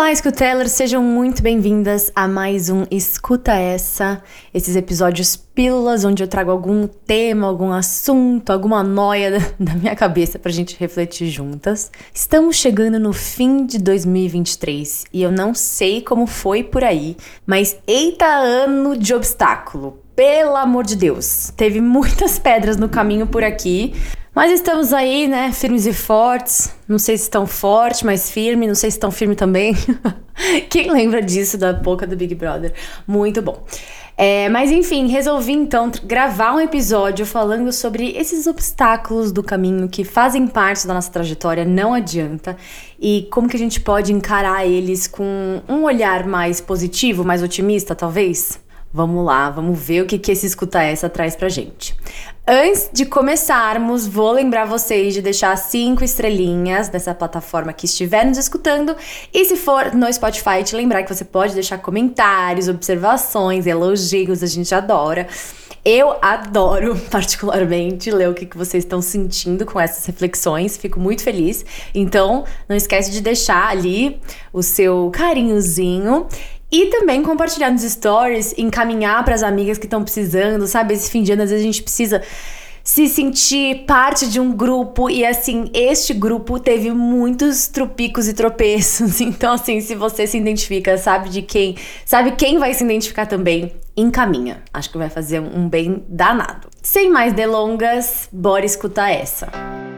Olá, escutellers, sejam muito bem-vindas a mais um Escuta Essa, esses episódios pílulas onde eu trago algum tema, algum assunto, alguma noia da minha cabeça pra gente refletir juntas. Estamos chegando no fim de 2023 e eu não sei como foi por aí, mas eita ano de obstáculo, pelo amor de Deus. Teve muitas pedras no caminho por aqui, mas estamos aí, né, firmes e fortes. Não sei se tão forte, mas firme. Não sei se tão firme também. Quem lembra disso da boca do Big Brother? Muito bom. Mas enfim, resolvi então gravar um episódio falando sobre esses obstáculos do caminho que fazem parte da nossa trajetória, não adianta, e como que a gente pode encarar eles com um olhar mais positivo, mais otimista, talvez? Vamos lá, vamos ver o que esse Escuta Essa traz pra gente. Antes de começarmos, vou lembrar vocês de deixar 5 estrelinhas nessa plataforma que estiver nos escutando. E se for no Spotify, te lembrar que você pode deixar comentários, observações, elogios, a gente adora. Eu adoro, particularmente, ler o que vocês estão sentindo com essas reflexões. Fico muito feliz. Então, não esquece de deixar ali o seu carinhozinho. E também compartilhar nos stories, encaminhar para as amigas que estão precisando, sabe? Esse fim de ano, às vezes a gente precisa se sentir parte de um grupo. E assim, este grupo teve muitos tropicos e tropeços. Então assim, se você se identifica, sabe quem vai se identificar também, encaminha. Acho que vai fazer um bem danado. Sem mais delongas, bora escutar essa.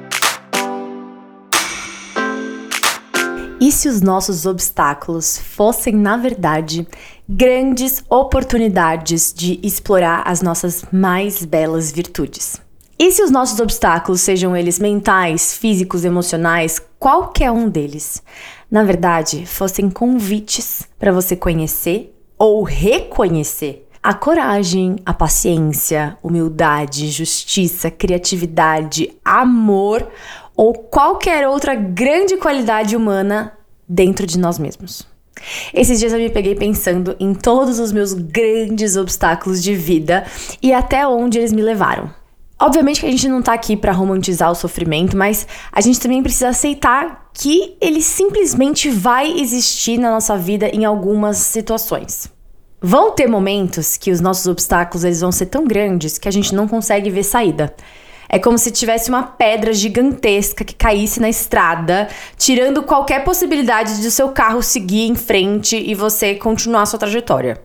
E se os nossos obstáculos fossem, na verdade, grandes oportunidades de explorar as nossas mais belas virtudes? E se os nossos obstáculos, sejam eles mentais, físicos, emocionais, qualquer um deles, na verdade, fossem convites para você conhecer ou reconhecer a coragem, a paciência, humildade, justiça, criatividade, amor ou qualquer outra grande qualidade humana dentro de nós mesmos. Esses dias eu me peguei pensando em todos os meus grandes obstáculos de vida e até onde eles me levaram. Obviamente que a gente não tá aqui pra romantizar o sofrimento, mas a gente também precisa aceitar que ele simplesmente vai existir na nossa vida em algumas situações. Vão ter momentos que os nossos obstáculos eles vão ser tão grandes que a gente não consegue ver saída. É como se tivesse uma pedra gigantesca que caísse na estrada, tirando qualquer possibilidade de o seu carro seguir em frente e você continuar a sua trajetória.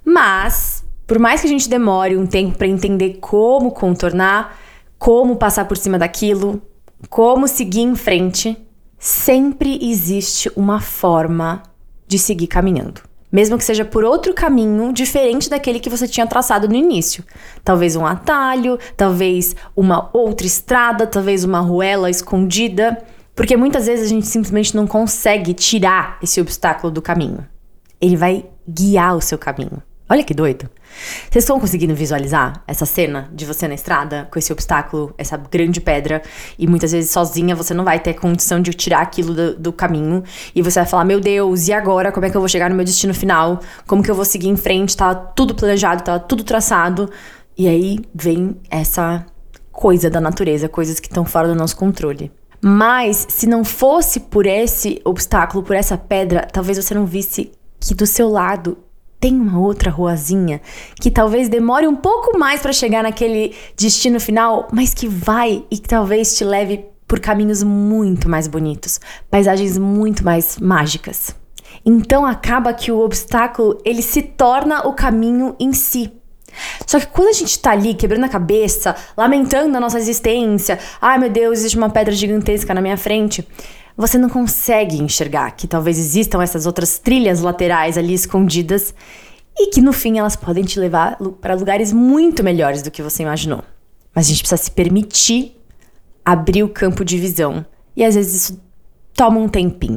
Mas, por mais que a gente demore um tempo para entender como contornar, como passar por cima daquilo, como seguir em frente, sempre existe uma forma de seguir caminhando. Mesmo que seja por outro caminho diferente daquele que você tinha traçado no início. Talvez um atalho, talvez uma outra estrada, talvez uma ruela escondida. Porque muitas vezes a gente simplesmente não consegue tirar esse obstáculo do caminho. Ele vai guiar o seu caminho. Olha que doido. Vocês estão conseguindo visualizar essa cena de você na estrada com esse obstáculo, essa grande pedra, e muitas vezes sozinha você não vai ter condição de tirar aquilo do caminho e você vai falar, meu Deus, e agora? Como é que eu vou chegar no meu destino final? Como que eu vou seguir em frente? Tava tudo planejado, tava tudo traçado. E aí vem essa coisa da natureza, coisas que estão fora do nosso controle. Mas se não fosse por esse obstáculo, por essa pedra, talvez você não visse que do seu lado tem uma outra ruazinha que talvez demore um pouco mais para chegar naquele destino final, mas que vai e que talvez te leve por caminhos muito mais bonitos, paisagens muito mais mágicas. Então acaba que o obstáculo, ele se torna o caminho em si. Só que quando a gente tá ali quebrando a cabeça, lamentando a nossa existência, ai meu Deus, existe uma pedra gigantesca na minha frente, você não consegue enxergar que talvez existam essas outras trilhas laterais ali escondidas e que no fim elas podem te levar para lugares muito melhores do que você imaginou. Mas a gente precisa se permitir abrir o campo de visão e às vezes isso toma um tempinho.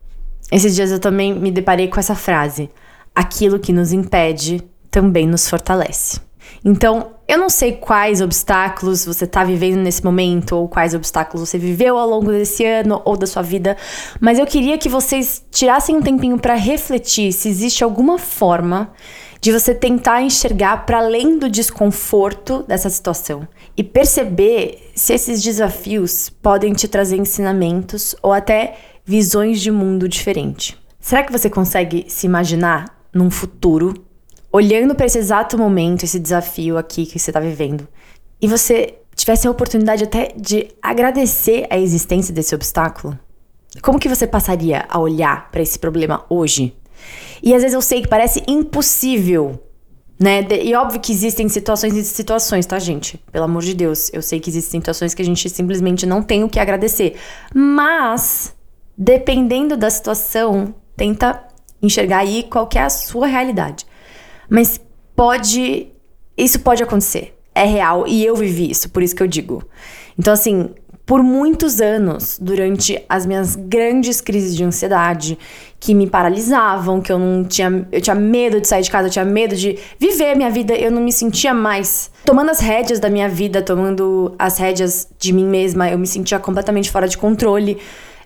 Esses dias eu também me deparei com essa frase: aquilo que nos impede também nos fortalece. Então, eu não sei quais obstáculos você está vivendo nesse momento, ou quais obstáculos você viveu ao longo desse ano ou da sua vida, mas eu queria que vocês tirassem um tempinho para refletir se existe alguma forma de você tentar enxergar para além do desconforto dessa situação e perceber se esses desafios podem te trazer ensinamentos ou até visões de mundo diferente. Será que você consegue se imaginar num futuro, olhando para esse exato momento, esse desafio aqui que você tá vivendo, e você tivesse a oportunidade até de agradecer a existência desse obstáculo? Como que você passaria a olhar para esse problema hoje? E às vezes eu sei que parece impossível, né? E óbvio que existem situações e situações, tá, gente? Pelo amor de Deus, eu sei que existem situações que a gente simplesmente não tem o que agradecer. Mas, dependendo da situação, tenta enxergar aí qual que é a sua realidade. Mas isso pode acontecer. É real e eu vivi isso, por isso que eu digo. Então, assim, por muitos anos, durante as minhas grandes crises de ansiedade, que me paralisavam, que eu tinha medo de sair de casa, eu tinha medo de viver a minha vida, eu não me sentia mais tomando as rédeas da minha vida, tomando as rédeas de mim mesma, eu me sentia completamente fora de controle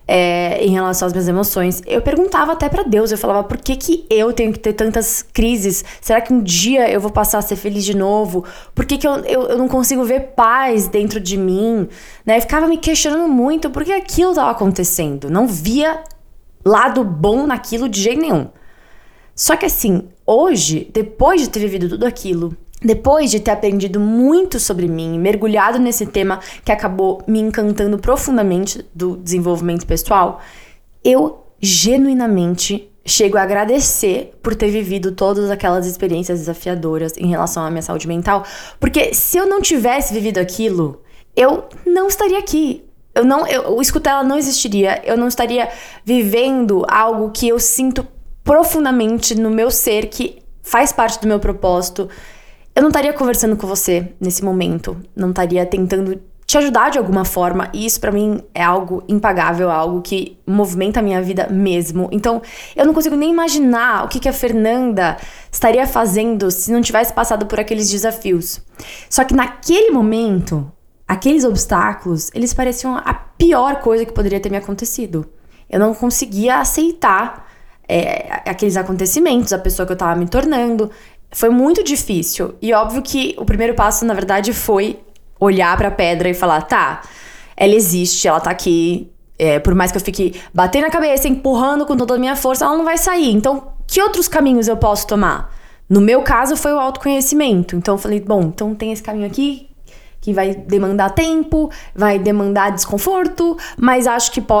em relação às minhas emoções. Eu perguntava até pra Deus, eu falava, por que eu tenho que ter tantas crises? Será que um dia eu vou passar a ser feliz de novo? Por que eu não consigo ver paz dentro de mim? Né? Eu ficava me questionando muito por que aquilo estava acontecendo. Não via lado bom naquilo de jeito nenhum. Só que assim, hoje, depois de ter vivido tudo aquilo, depois de ter aprendido muito sobre mim, mergulhado nesse tema que acabou me encantando profundamente do desenvolvimento pessoal, eu genuinamente chego a agradecer por ter vivido todas aquelas experiências desafiadoras em relação à minha saúde mental, porque se eu não tivesse vivido aquilo, eu não estaria aqui. O Escutela não existiria, eu não estaria vivendo algo que eu sinto profundamente no meu ser, que faz parte do meu propósito. Eu não estaria conversando com você nesse momento, não estaria tentando te ajudar de alguma forma, e isso pra mim é algo impagável, algo que movimenta a minha vida mesmo. Então, eu não consigo nem imaginar o que a Fernanda estaria fazendo se não tivesse passado por aqueles desafios. Só que naquele momento, aqueles obstáculos, eles pareciam a pior coisa que poderia ter me acontecido. Eu não conseguia aceitar aqueles acontecimentos, a pessoa que eu tava me tornando. Foi muito difícil. E óbvio que o primeiro passo, na verdade, foi olhar pra pedra e falar, tá, ela existe, ela tá aqui. Por mais que eu fique batendo a cabeça, empurrando com toda a minha força, ela não vai sair. Então, que outros caminhos eu posso tomar? No meu caso, foi o autoconhecimento. Então, eu falei, bom, então tem esse caminho aqui, que vai demandar tempo, vai demandar desconforto, mas acho que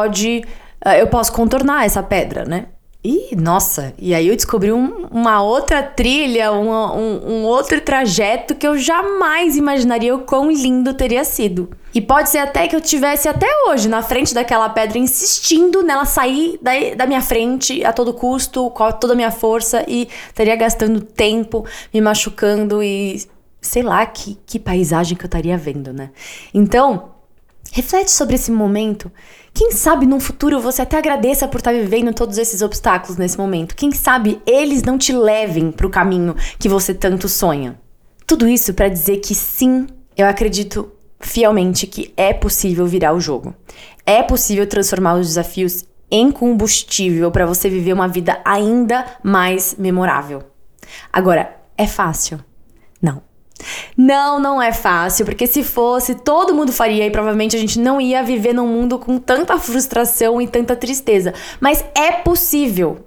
eu posso contornar essa pedra, né? E, nossa, e aí eu descobri uma outra trilha, um outro trajeto que eu jamais imaginaria o quão lindo teria sido. E pode ser até que eu tivesse até hoje na frente daquela pedra, insistindo nela sair da minha frente a todo custo, com toda a minha força, e estaria gastando tempo, me machucando e sei lá que paisagem que eu estaria vendo, né? Então, reflete sobre esse momento. Quem sabe num futuro você até agradeça por estar vivendo todos esses obstáculos nesse momento. Quem sabe eles não te levem para o caminho que você tanto sonha. Tudo isso para dizer que sim, eu acredito fielmente que é possível virar o jogo. É possível transformar os desafios em combustível para você viver uma vida ainda mais memorável. Agora, é fácil? Não. Não é fácil, porque se fosse, todo mundo faria e provavelmente a gente não ia viver num mundo com tanta frustração e tanta tristeza. Mas é possível,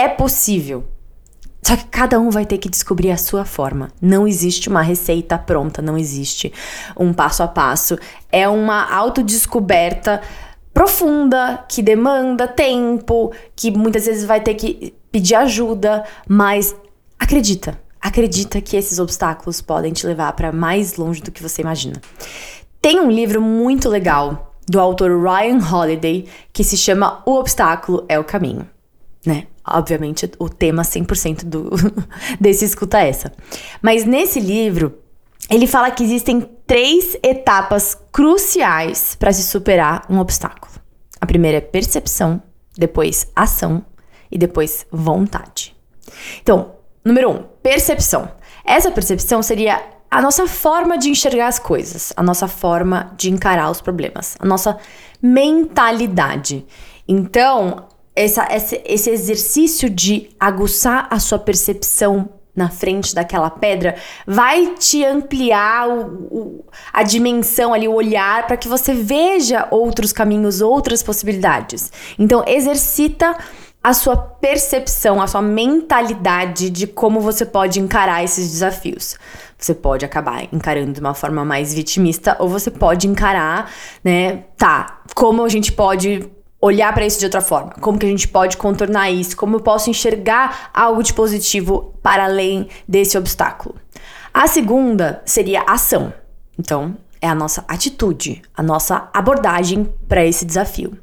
Só que cada um vai ter que descobrir a sua forma. Não existe uma receita pronta, não existe um passo a passo. É uma autodescoberta profunda, que demanda tempo, que muitas vezes vai ter que pedir ajuda, mas acredita que esses obstáculos podem te levar para mais longe do que você imagina. Tem um livro muito legal do autor Ryan Holiday que se chama O Obstáculo é o Caminho, né? Obviamente o tema 100% desse Escuta Essa. Mas nesse livro, ele fala que existem 3 etapas cruciais para se superar um obstáculo. A primeira é percepção, depois ação e depois vontade. Então, número 1, percepção. Essa percepção seria a nossa forma de enxergar as coisas, a nossa forma de encarar os problemas, a nossa mentalidade. Então, esse exercício de aguçar a sua percepção na frente daquela pedra vai te ampliar a dimensão ali, o olhar, para que você veja outros caminhos, outras possibilidades. Então, exercita a sua percepção, a sua mentalidade de como você pode encarar esses desafios. Você pode acabar encarando de uma forma mais vitimista, ou você pode encarar, né, como a gente pode olhar para isso de outra forma? Como que a gente pode contornar isso? Como eu posso enxergar algo de positivo para além desse obstáculo? A segunda seria a ação. Então, é a nossa atitude, a nossa abordagem para esse desafio.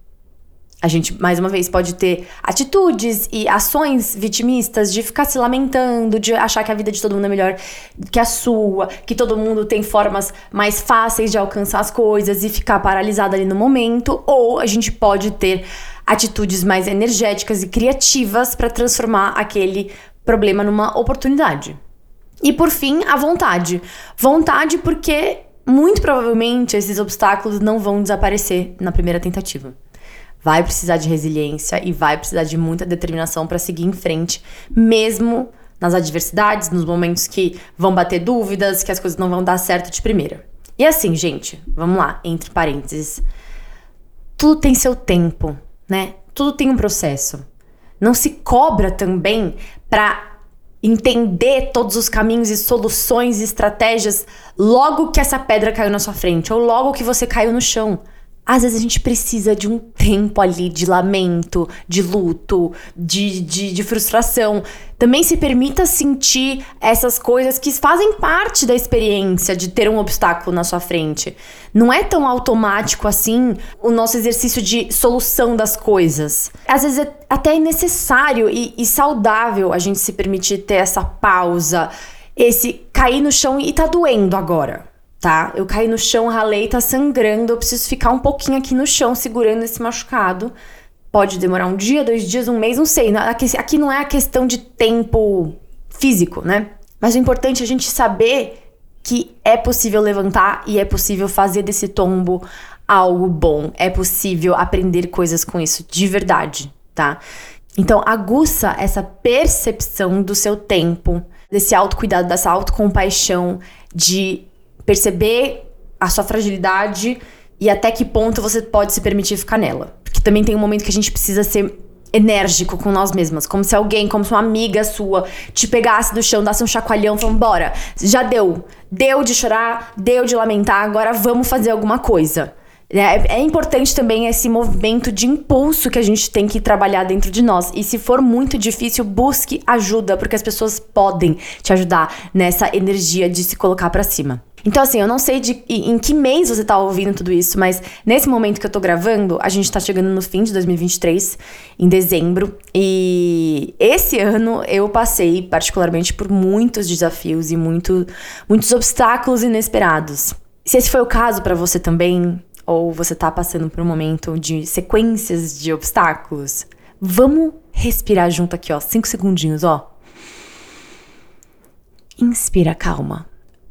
A gente, mais uma vez, pode ter atitudes e ações vitimistas de ficar se lamentando, de achar que a vida de todo mundo é melhor que a sua, que todo mundo tem formas mais fáceis de alcançar as coisas e ficar paralisado ali no momento. Ou a gente pode ter atitudes mais energéticas e criativas para transformar aquele problema numa oportunidade. E por fim, a vontade. Vontade porque, muito provavelmente, esses obstáculos não vão desaparecer na primeira tentativa. Vai precisar de resiliência e vai precisar de muita determinação para seguir em frente, mesmo nas adversidades, nos momentos que vão bater dúvidas, que as coisas não vão dar certo de primeira. E assim, gente, vamos lá, entre parênteses. Tudo tem seu tempo, né? Tudo tem um processo. Não se cobra também para entender todos os caminhos e soluções e estratégias logo que essa pedra caiu na sua frente ou logo que você caiu no chão. Às vezes a gente precisa de um tempo ali de lamento, de luto, de frustração. Também se permita sentir essas coisas que fazem parte da experiência de ter um obstáculo na sua frente. Não é tão automático assim o nosso exercício de solução das coisas. Às vezes é até necessário e saudável a gente se permitir ter essa pausa, esse cair no chão e tá doendo agora. Tá? Eu caí no chão, ralei, tá sangrando, eu preciso ficar um pouquinho aqui no chão segurando esse machucado. Pode demorar 1 dia, 2 dias, 1 mês, não sei. Aqui não é a questão de tempo físico, né? Mas o importante é a gente saber que é possível levantar e é possível fazer desse tombo algo bom. É possível aprender coisas com isso de verdade, tá? Então, aguça essa percepção do seu tempo, desse autocuidado, dessa autocompaixão, de perceber a sua fragilidade e até que ponto você pode se permitir ficar nela. Porque também tem um momento que a gente precisa ser enérgico com nós mesmas. Como se alguém, como se uma amiga sua te pegasse do chão, dasse um chacoalhão, falando, bora, já deu. Deu de chorar, deu de lamentar, agora vamos fazer alguma coisa. É importante também esse movimento de impulso que a gente tem que trabalhar dentro de nós. E se for muito difícil, busque ajuda, porque as pessoas podem te ajudar nessa energia de se colocar pra cima. Então, assim, eu não sei em que mês você tá ouvindo tudo isso, mas nesse momento que eu tô gravando, a gente tá chegando no fim de 2023, em dezembro. E esse ano eu passei particularmente por muitos desafios e muitos obstáculos inesperados. Se esse foi o caso pra você também, ou você tá passando por um momento de sequências de obstáculos, vamos respirar junto aqui, ó, 5 segundinhos, ó. Inspira, calma.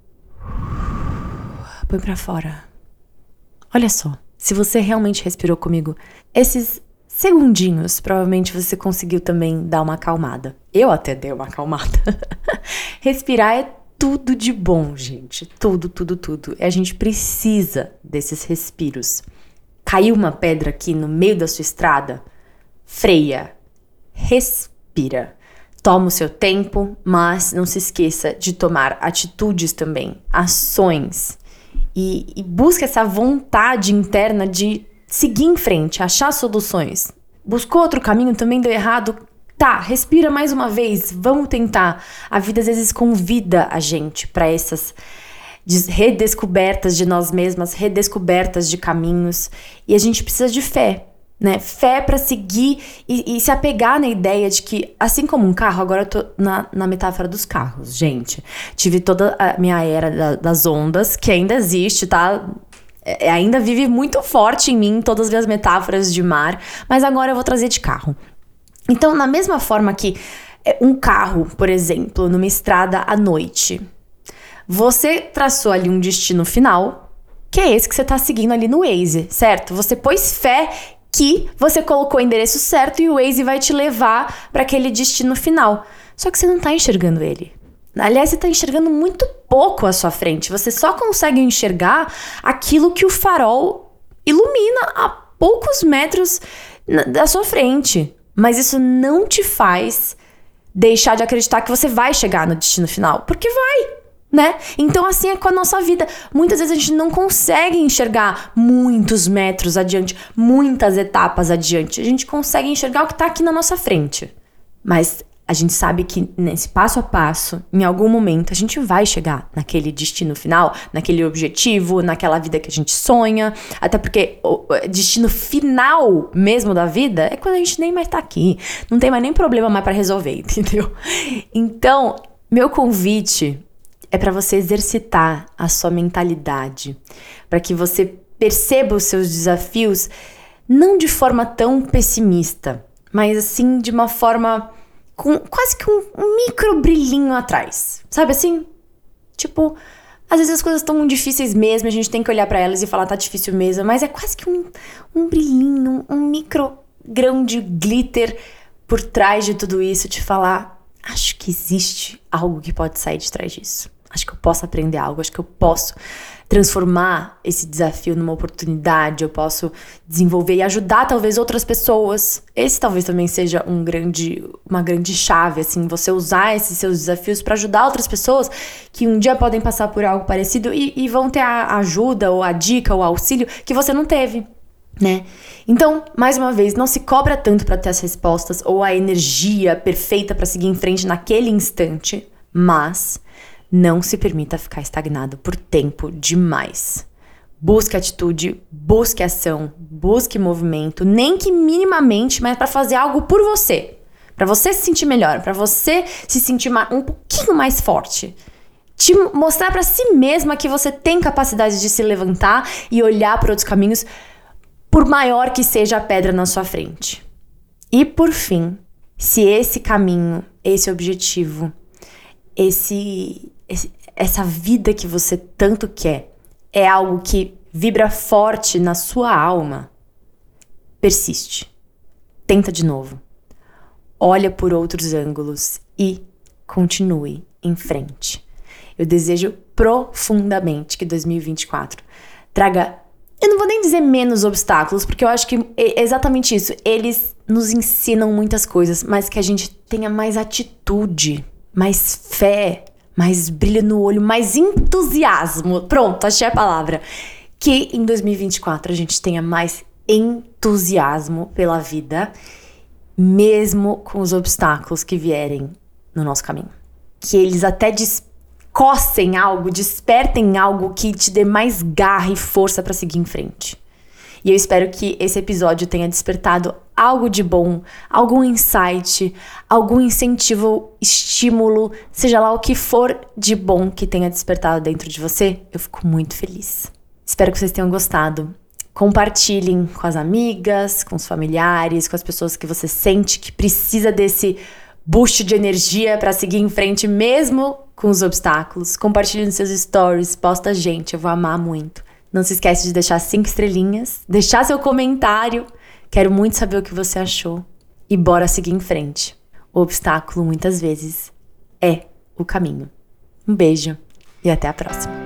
Põe pra fora. Olha só, se você realmente respirou comigo, esses segundinhos, provavelmente você conseguiu também dar uma acalmada. Eu até dei uma acalmada. Respirar é tudo de bom, gente. Tudo, tudo, tudo. E a gente precisa desses respiros. Caiu uma pedra aqui no meio da sua estrada? Freia. Respira. Toma o seu tempo, mas não se esqueça de tomar atitudes também, ações. E busca essa vontade interna de seguir em frente, achar soluções. Buscou outro caminho, também deu errado. Tá, respira mais uma vez, vamos tentar. A vida às vezes convida a gente para essas redescobertas de nós mesmas, redescobertas de caminhos. E a gente precisa de fé, né? Fé para seguir e se apegar na ideia de que, assim como um carro, agora eu tô na metáfora dos carros, gente. Tive toda a minha era das ondas, que ainda existe, tá? Ainda vive muito forte em mim todas as minhas metáforas de mar, mas agora eu vou trazer de carro. Então, na mesma forma que um carro, por exemplo, numa estrada à noite, você traçou ali um destino final, que é esse que você tá seguindo ali no Waze, certo? Você pôs fé que você colocou o endereço certo e o Waze vai te levar para aquele destino final. Só que você não tá enxergando ele. Aliás, você tá enxergando muito pouco à sua frente. Você só consegue enxergar aquilo que o farol ilumina a poucos metros da sua frente. Mas isso não te faz deixar de acreditar que você vai chegar no destino final. Porque vai, né? Então assim é com a nossa vida. Muitas vezes a gente não consegue enxergar muitos metros adiante, muitas etapas adiante. A gente consegue enxergar o que tá aqui na nossa frente. Mas a gente sabe que nesse passo a passo, em algum momento, a gente vai chegar naquele destino final, naquele objetivo, naquela vida que a gente sonha. Até porque o destino final mesmo da vida é quando a gente nem mais tá aqui. Não tem mais nem problema mais pra resolver, entendeu? Então, meu convite é pra você exercitar a sua mentalidade, pra que você perceba os seus desafios não de forma tão pessimista, mas assim de uma forma com quase que um micro brilhinho atrás, sabe assim? Tipo, às vezes as coisas estão muito difíceis mesmo, a gente tem que olhar pra elas e falar, tá difícil mesmo, mas é quase que um brilhinho, um micro grão de glitter por trás de tudo isso, te falar, acho que existe algo que pode sair de trás disso. Acho que eu posso aprender algo, acho que eu posso transformar esse desafio numa oportunidade, eu posso desenvolver e ajudar talvez outras pessoas. Esse talvez também seja uma grande chave, assim, você usar esses seus desafios para ajudar outras pessoas que um dia podem passar por algo parecido e vão ter a ajuda ou a dica ou o auxílio que você não teve, né? Então, mais uma vez, não se cobra tanto para ter as respostas ou a energia perfeita para seguir em frente naquele instante, mas não se permita ficar estagnado por tempo demais. Busque atitude, busque ação, busque movimento, nem que minimamente, mas para fazer algo por você. Para você se sentir melhor, para você se sentir um pouquinho mais forte. Te mostrar para si mesma que você tem capacidade de se levantar e olhar para outros caminhos, por maior que seja a pedra na sua frente. E por fim, se esse caminho, esse objetivo, essa vida que você tanto quer é algo que vibra forte na sua alma, persiste. Tenta de novo. Olha por outros ângulos e continue em frente. Eu desejo profundamente que 2024 traga, eu não vou nem dizer menos obstáculos, porque eu acho que é exatamente isso. Eles nos ensinam muitas coisas, mas que a gente tenha mais atitude, mais fé, mais brilho no olho, mais entusiasmo. Pronto, achei a palavra. Que em 2024 a gente tenha mais entusiasmo pela vida, mesmo com os obstáculos que vierem no nosso caminho. Que eles até cossem algo, despertem algo que te dê mais garra e força pra seguir em frente. E eu espero que esse episódio tenha despertado algo de bom, algum insight, algum incentivo, estímulo, seja lá o que for de bom que tenha despertado dentro de você. Eu fico muito feliz. Espero que vocês tenham gostado. Compartilhem com as amigas, com os familiares, com as pessoas que você sente que precisa desse boost de energia para seguir em frente mesmo com os obstáculos. Compartilhe nos seus stories, posta a gente, eu vou amar muito. Não se esquece de deixar 5 estrelinhas, deixar seu comentário. Quero muito saber o que você achou. E bora seguir em frente. O obstáculo, muitas vezes, é o caminho. Um beijo e até a próxima.